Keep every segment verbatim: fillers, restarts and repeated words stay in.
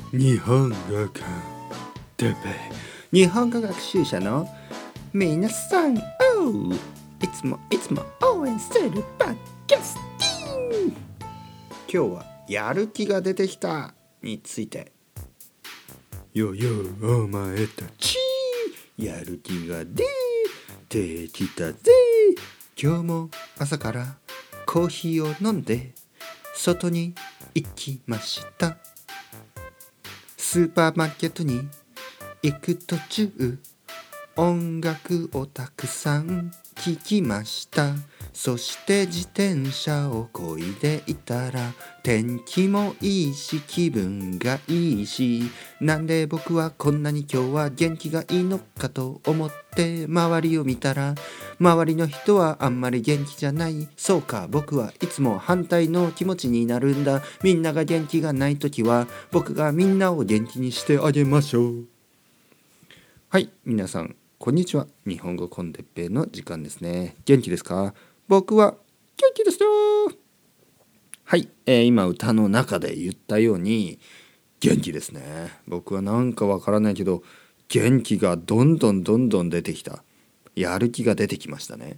日本語コンテッペイ、日本語学習者の皆さん、おういつもいつも応援するバッキャスティン。今日はやる気が出てきたについて。よよお前たち、やる気が出てきたぜ。今日も朝からコーヒーを飲んで外に行きました。スーパーマーケットに行く途中、音楽をたくさん聴きました。そして自転車を漕いでいたら、天気もいいし気分がいいし、なんで僕はこんなに今日は元気がいいのかと思って周りを見たら、周りの人はあんまり元気じゃない。そうか、僕はいつも反対の気持ちになるんだ。みんなが元気がないときは僕がみんなを元気にしてあげましょう。はい、皆さんこんにちは。日本語コンテッペイの時間ですね。元気ですか？僕は元気ですよ。はい、えー、今歌の中で言ったように元気ですね。僕はなんかわからないけど元気がどんどんどんどん出てきた。やる気が出てきましたね。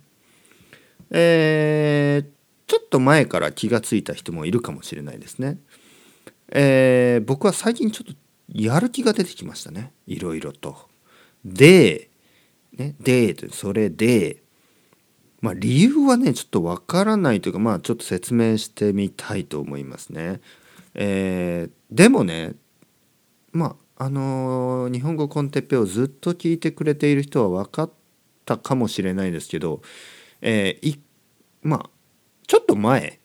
えー、ちょっと前から気がついた人もいるかもしれないですね。えー、僕は最近ちょっとやる気が出てきましたね。いろいろと。で、ね、で、それで、まあ理由はね、ちょっとわからないというか、まあちょっと説明してみたいと思いますね。えー、でもね、まあ、あのー、日本語コンテッペをずっと聞いてくれている人は分かったかもしれないですけど、えー、いまあ、ちょっと前、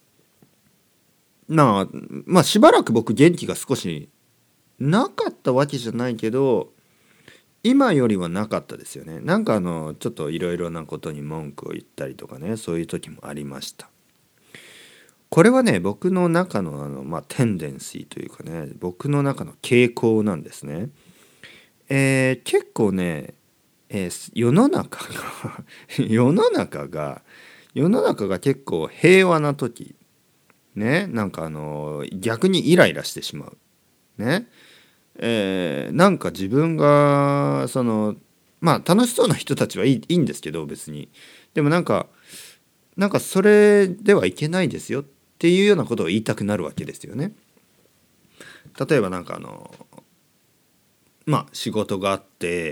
まあ、まあしばらく僕元気が少しなかったわけじゃないけど、今よりはなかったですよね。なんかあのちょっといろいろなことに文句を言ったりとかね、そういう時もありました。これはね、僕の中のあのまあテンデンシーというかね、僕の中の傾向なんですね。えー、結構ね、えー、世の中が世の中が世の中が結構平和な時ね、なんかあの逆にイライラしてしまうね。えー、なんか自分がそのまあ楽しそうな人たちはいい、いいんですけど別に、でもなんかなんかそれではいけないですよっていうようなことを言いたくなるわけですよね。例えばなんかあのまあ仕事があって、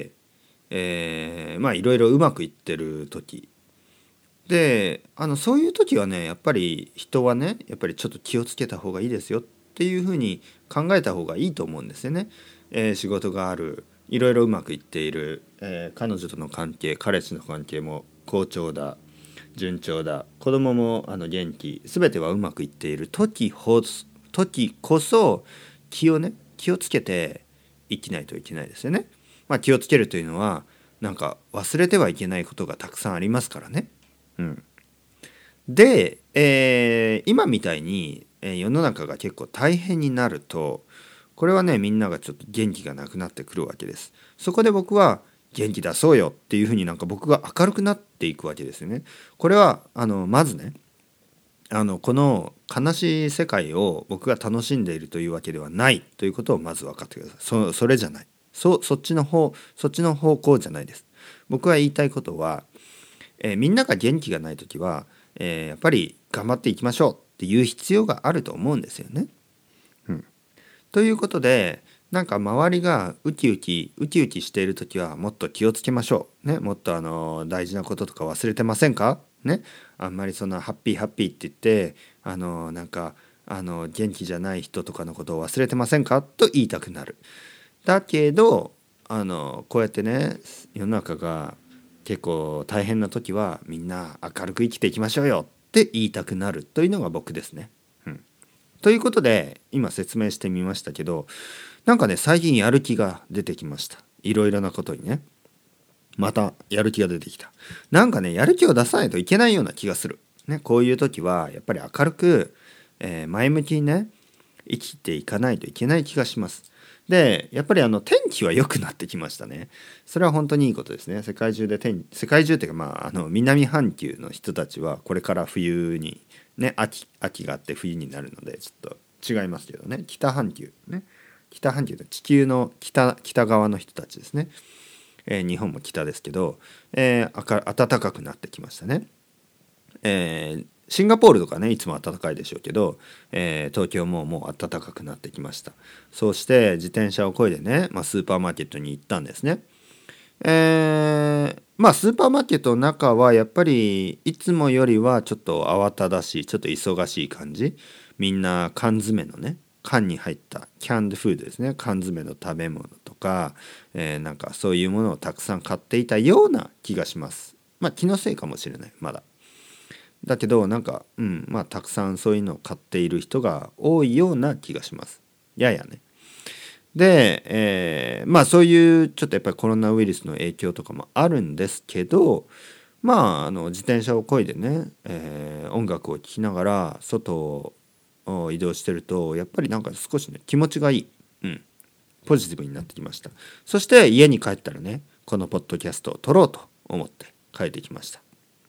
えー、まあいろいろうまくいってる時で、あのそういう時はね、やっぱり人はね、やっぱりちょっと気をつけた方がいいですよっていうふうに考えた方がいいと思うんですよね。えー、仕事がある、いろいろうまくいっている、えー、彼女との関係、彼氏の関係も好調だ、順調だ、子供もあの元気、全てはうまくいっている時ほ時こそ気をね気をつけて生きないといけないですよね。まあ、気をつけるというのはなんか忘れてはいけないことがたくさんありますからね。うん、で、えー今みたいに、えー世の中が結構大変になると、これはねみんながちょっと元気がなくなってくるわけです。そこで僕は元気出そうよっていうふうになんか僕が明るくなっていくわけですよね。これはあのまずね、あのこの悲しい世界を僕が楽しんでいるというわけではないということをまず分かってください。そそれじゃない。そそっちの方そっちの方向じゃないです。僕が言いたいことは、えーみんなが元気がない時は、えーやっぱり頑張っていきましょうっていう必要があると思うんですよね。うん、ということで、なんか周りがウキウキウキウキしている時はもっと気をつけましょうね。もっとあの大事なこととか忘れてませんかね。あんまりそんなハッピーハッピーって言ってあのなんかあの元気じゃない人とかのことを忘れてませんかと言いたくなる。だけどあのこうやってね、世の中が結構大変な時はみんな明るく生きていきましょうよって言いたくなるというのが僕ですね。うん、ということで今説明してみましたけど、なんかね最近やる気が出てきました。いろいろなことにね、またやる気が出てきた。なんかねやる気を出さないといけないような気がする、ね、こういう時はやっぱり明るく、えー前向きにね生きていかないといけない気がします。でやっぱりあの天気は良くなってきましたね。それは本当にいいことですね。世界中で天世界中っていうか、まあ、あの南半球の人たちはこれから冬にね、秋秋があって冬になるのでちょっと違いますけどね、北半球ね北半球の地球の 北, 北側の人たちですね、えー、日本も北ですけど、えー、暖かくなってきましたね。えー、シンガポールとかねいつも暖かいでしょうけど、えー、東京ももう暖かくなってきました。そうして自転車を漕いでね、まあ、スーパーマーケットに行ったんですね。えー、まあスーパーマーケットの中はやっぱりいつもよりはちょっと慌ただしい、ちょっと忙しい感じ。みんな缶詰のね、缶に入ったキャンドフードですね、缶詰の食べ物とか、えー、なんかそういうものをたくさん買っていたような気がします。まあ気のせいかもしれない、まだ。だけどなんか、うん、まあたくさんそういうのを買っている人が多いような気がします。ややね。で、えー、まあそういうちょっとやっぱりコロナウイルスの影響とかもあるんですけど、まああの自転車を漕いでね、えー、音楽を聴きながら外を移動してるとやっぱりなんか少しね気持ちがいい、うん、ポジティブになってきました。そして家に帰ったらねこのポッドキャストを撮ろうと思って帰ってきました。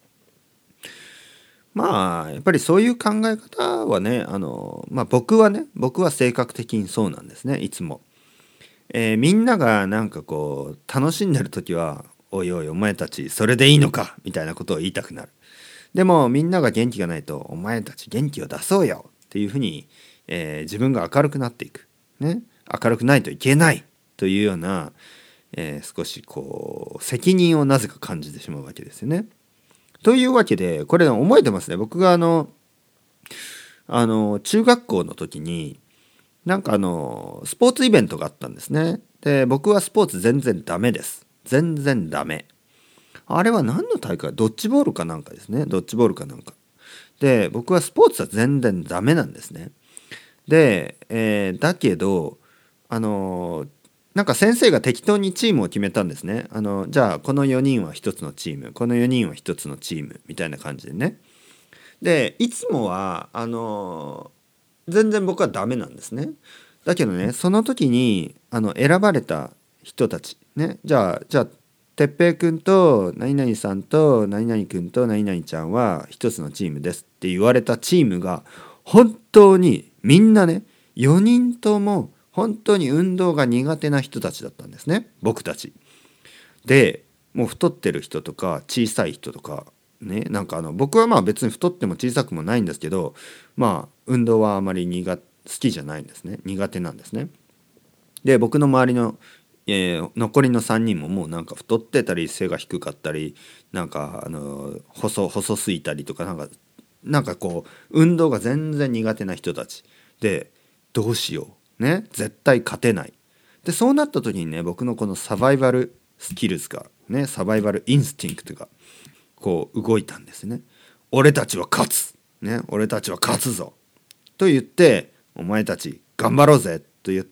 まあやっぱりそういう考え方はねあの、まあ、僕はね僕は性格的にそうなんですねいつも。えー、みんながなんかこう楽しんでる時はおいおいお前たちそれでいいのかみたいなことを言いたくなる。でもみんなが元気がないとお前たち元気を出そうよっていうふうに、えー、自分が明るくなっていく、ね、明るくないといけないというような、えー、少しこう責任をなぜか感じてしまうわけですよね。というわけでこれ覚えてますね。僕があのあの中学校の時になんかあのスポーツイベントがあったんですね。で僕はスポーツ全然ダメです。全然ダメ。あれは何の大会？ドッジボールかなんかですね。ドッジボールかなんかで僕はスポーツは全然ダメなんですね。で、えー、だけどあのなんか先生が適当にチームを決めたんですね。あのじゃあこのよにんは一つのチーム、このよにんは一つのチームみたいな感じでね。でいつもはあの全然僕はダメなんですね。だけどねその時にあの選ばれた人たちね、じゃあじゃあ哲平くんと何々さんと何々くんと何々ちゃんは一つのチームですって言われたチームが本当にみんなねよにんとも本当に運動が苦手な人たちだったんですね、僕たち。でもう太ってる人とか小さい人とかね、なんかあの僕はまあ別に太っても小さくもないんですけど、まあ運動はあまり苦好きじゃないんですね、苦手なんですね。で僕の周りの、えー、残りのさんにんももうなんか太ってたり背が低かったりなんかあの細細すぎたりとかなんかなんかこう運動が全然苦手な人たちで、どうしようね絶対勝てない。でそうなった時にね僕のこのサバイバルスキルズがねサバイバルインスティンクトがこう動いたんですね。俺たちは勝つ、ね、俺たちは勝つぞと言ってお前たち頑張ろうぜと言って、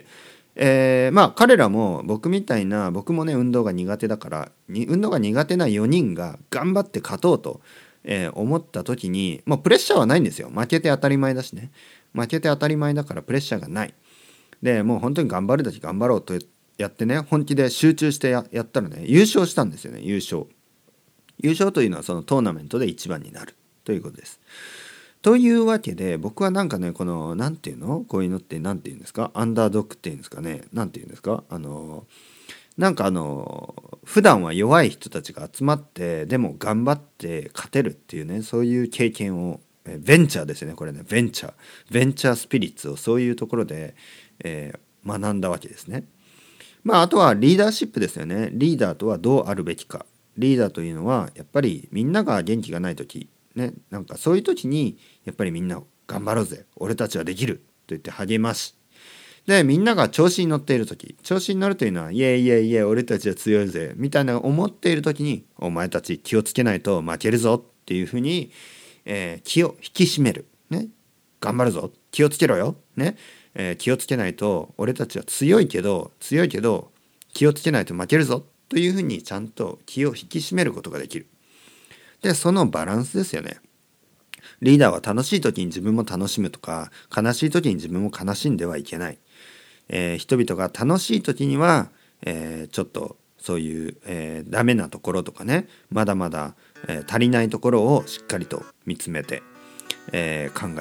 えー、まあ彼らも僕みたいな僕もね運動が苦手だからに運動が苦手なよにんが頑張って勝とうと、えー、思った時にもうプレッシャーはないんですよ。負けて当たり前だしね、負けて当たり前だからプレッシャーがない。でもう本当に頑張るだけ頑張ろうとやってね本気で集中して や, やったらね優勝したんですよね。優勝優勝というのはそのトーナメントで一番になるということです。というわけで僕はなんかねこのなんていうのこういうのってなんていうんですか、アンダードックっていうんですかね、なんていうんですか、あのなんかあの普段は弱い人たちが集まってでも頑張って勝てるっていうねそういう経験をベンチャーですよねこれねベンチャーベンチャースピリッツをそういうところで、えー、学んだわけですね。まああとはリーダーシップですよね。リーダーとはどうあるべきか。リーダーというのはやっぱりみんなが元気がない時ね、なんかそういう時にやっぱりみんな頑張ろうぜ俺たちはできると言って励まし、でみんなが調子に乗っている時、調子に乗るというのはイエイイエイイエイ俺たちは強いぜみたいな思っている時にお前たち気をつけないと負けるぞっていうふうに、えー、気を引き締める、ね、頑張るぞ気をつけろよ、ねえー、気をつけないと俺たちは強いけど強いけど気をつけないと負けるぞというふうにちゃんと気を引き締めることができる。でそのバランスですよね。リーダーは楽しい時に自分も楽しむとか悲しい時に自分も悲しんではいけない、えー、人々が楽しい時には、えー、ちょっとそういう、えー、ダメなところとかねまだまだ、えー、足りないところをしっかりと見つめて、えー、考える。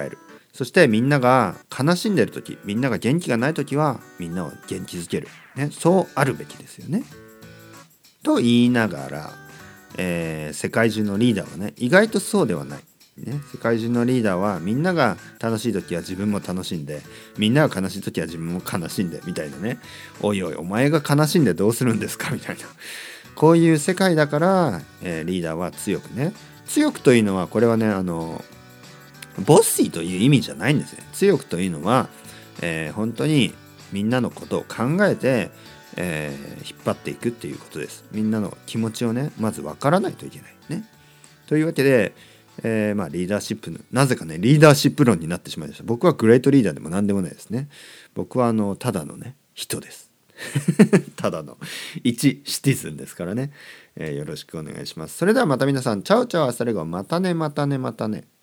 そしてみんなが悲しんでる時、みんなが元気がない時はみんなを元気づける、ね、そうあるべきですよね。と言いながら、えー、世界中のリーダーはね意外とそうではない、ね、世界中のリーダーはみんなが楽しい時は自分も楽しんで、みんなが悲しい時は自分も悲しんでみたいなね。おいおいお前が悲しんでどうするんですかみたいな、こういう世界だから、えー、リーダーは強くね、強くというのはこれはねあのボッシーという意味じゃないんですね。強くというのは、えー、本当にみんなのことを考えて、えー、引っ張っていくっていうことです。みんなの気持ちをねまず分からないといけないね。というわけで、えー、まあリーダーシップのなぜかねリーダーシップ論になってしまいました。僕はグレートリーダーでも何でもないですね。僕はあのただのね人ですただの一シティズンですからね、えー、よろしくお願いします。それではまた皆さんチャオチャオアスタレゴ、またねまたねまたね。